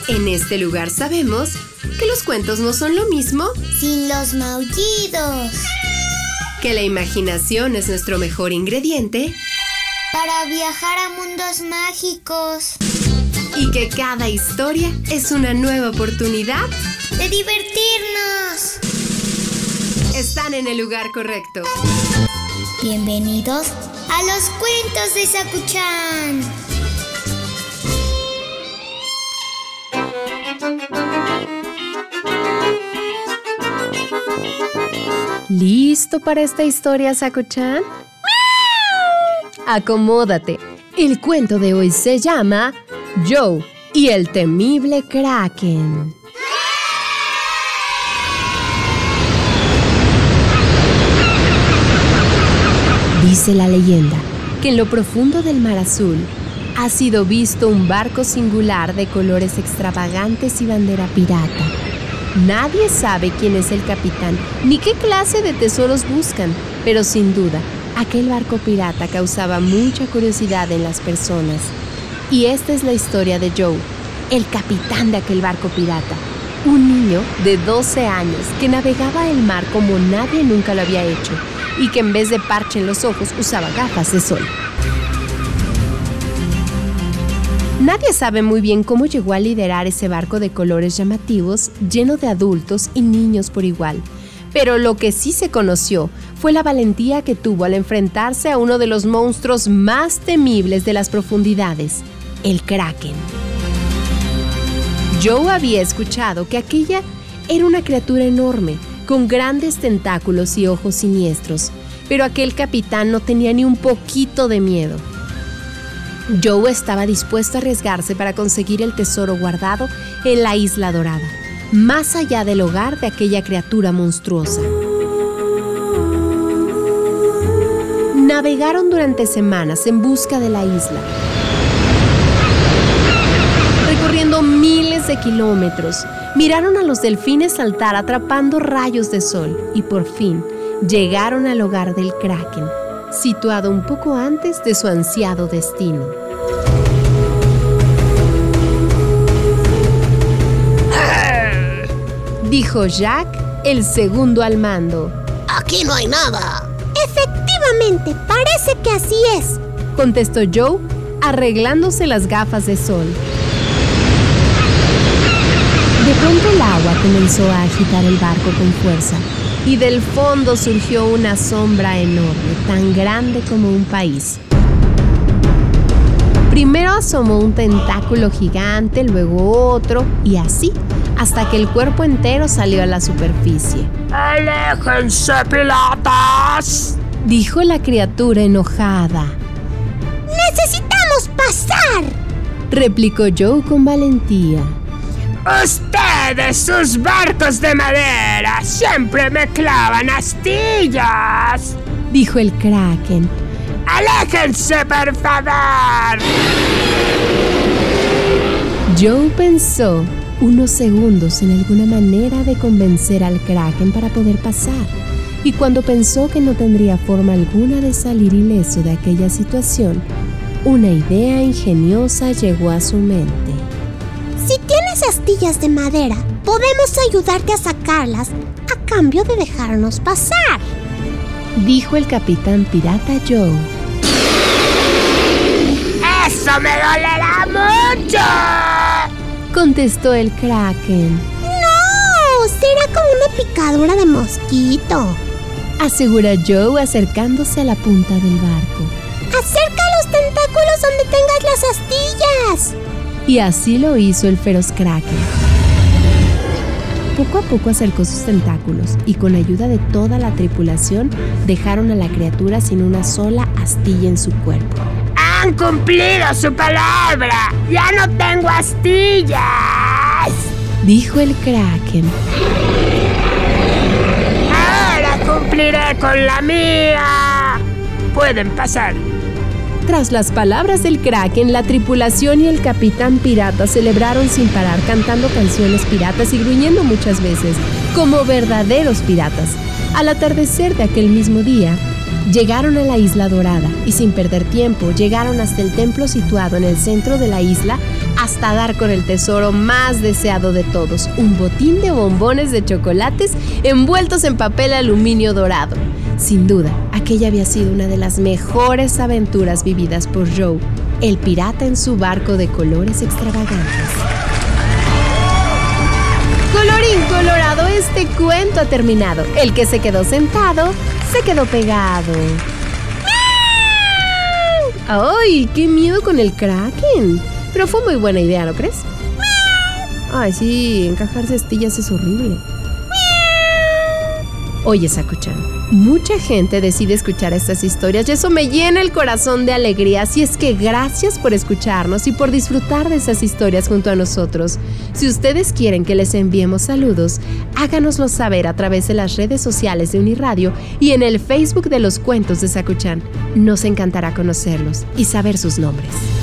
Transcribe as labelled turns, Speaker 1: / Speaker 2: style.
Speaker 1: En este lugar sabemos que los cuentos no son lo mismo
Speaker 2: sin los maullidos.
Speaker 1: Que la imaginación es nuestro mejor ingrediente
Speaker 2: para viajar a mundos mágicos.
Speaker 1: Y que cada historia es una nueva oportunidad
Speaker 2: de divertirnos.
Speaker 1: Están en el lugar correcto.
Speaker 2: Bienvenidos a los cuentos de Sakuchan.
Speaker 1: ¿Listo para esta historia, Sakuchan? Acomódate. El cuento de hoy se llama Joe y el temible Kraken. Dice la leyenda que en lo profundo del mar azul ha sido visto un barco singular de colores extravagantes y bandera pirata. Nadie sabe quién es el capitán ni qué clase de tesoros buscan, pero sin duda, aquel barco pirata causaba mucha curiosidad en las personas. Y esta es la historia de Joe, el capitán de aquel barco pirata. Un niño de 12 años que navegaba el mar como nadie nunca lo había hecho y que en vez de parche en los ojos usaba gafas de sol. Nadie sabe muy bien cómo llegó a liderar ese barco de colores llamativos, lleno de adultos y niños por igual. Pero lo que sí se conoció fue la valentía que tuvo al enfrentarse a uno de los monstruos más temibles de las profundidades, el Kraken. Joe había escuchado que aquella era una criatura enorme, con grandes tentáculos y ojos siniestros, pero aquel capitán no tenía ni un poquito de miedo. Joe estaba dispuesto a arriesgarse para conseguir el tesoro guardado en la Isla Dorada, más allá del hogar de aquella criatura monstruosa. Navegaron durante semanas en busca de la isla, recorriendo miles de kilómetros. Miraron a los delfines saltar atrapando rayos de sol y por fin llegaron al hogar del Kraken, situado un poco antes de su ansiado destino. Dijo Jack, el segundo al mando.
Speaker 3: ¡Aquí no hay nada!
Speaker 2: Efectivamente, parece que así es,
Speaker 1: contestó Joe, arreglándose las gafas de sol. De pronto el agua comenzó a agitar el barco con fuerza y del fondo surgió una sombra enorme, tan grande como un país. Primero asomó un tentáculo gigante, luego otro, y así, hasta que el cuerpo entero salió a la superficie.
Speaker 3: ¡Aléjense, piratas!,
Speaker 1: dijo la criatura enojada.
Speaker 2: ¡Necesitamos pasar!,
Speaker 1: replicó Joe con valentía.
Speaker 3: ¡Ustedes, sus barcos de madera, siempre me clavan astillas!,
Speaker 1: dijo el Kraken.
Speaker 3: ¡Aléjense, por favor!
Speaker 1: Joe pensó unos segundos en alguna manera de convencer al Kraken para poder pasar, y cuando pensó que no tendría forma alguna de salir ileso de aquella situación, una idea ingeniosa llegó a su mente.
Speaker 2: Si tienes astillas de madera, podemos ayudarte a sacarlas a cambio de dejarnos pasar,
Speaker 1: dijo el capitán pirata Joe.
Speaker 3: ¡Eso me dolerá mucho!,
Speaker 1: contestó el Kraken.
Speaker 2: ¡No! Será como una picadura de mosquito,
Speaker 1: asegura Joe acercándose a la punta del barco.
Speaker 2: ¡Acerca los tentáculos donde tengas las astillas!
Speaker 1: Y así lo hizo el feroz Kraken. Poco a poco acercó sus tentáculos y con ayuda de toda la tripulación dejaron a la criatura sin una sola astilla en su cuerpo.
Speaker 3: ¡Han cumplido su palabra! ¡Ya no tengo astillas!,
Speaker 1: dijo el Kraken.
Speaker 3: ¡Ahora cumpliré con la mía! ¡Pueden pasar!
Speaker 1: Tras las palabras del Kraken, la tripulación y el capitán pirata celebraron sin parar, cantando canciones piratas y gruñendo muchas veces, como verdaderos piratas. Al atardecer de aquel mismo día, llegaron a la Isla Dorada y sin perder tiempo llegaron hasta el templo situado en el centro de la isla hasta dar con el tesoro más deseado de todos, un botín de bombones de chocolates envueltos en papel aluminio dorado. Sin duda, aquella había sido una de las mejores aventuras vividas por Joe, el pirata en su barco de colores extravagantes. Colorín colorado, este cuento ha terminado. El que se quedó sentado, se quedó pegado. ¡Ay, qué miedo con el Kraken! Pero fue muy buena idea, ¿no crees? Ay, sí, encajar cestillas es horrible. Oye, Saku-chan, mucha gente decide escuchar estas historias y eso me llena el corazón de alegría. Así es que gracias por escucharnos y por disfrutar de esas historias junto a nosotros. Si ustedes quieren que les enviemos saludos, háganoslo saber a través de las redes sociales de Uniradio y en el Facebook de los cuentos de Saku-chan. Nos encantará conocerlos y saber sus nombres.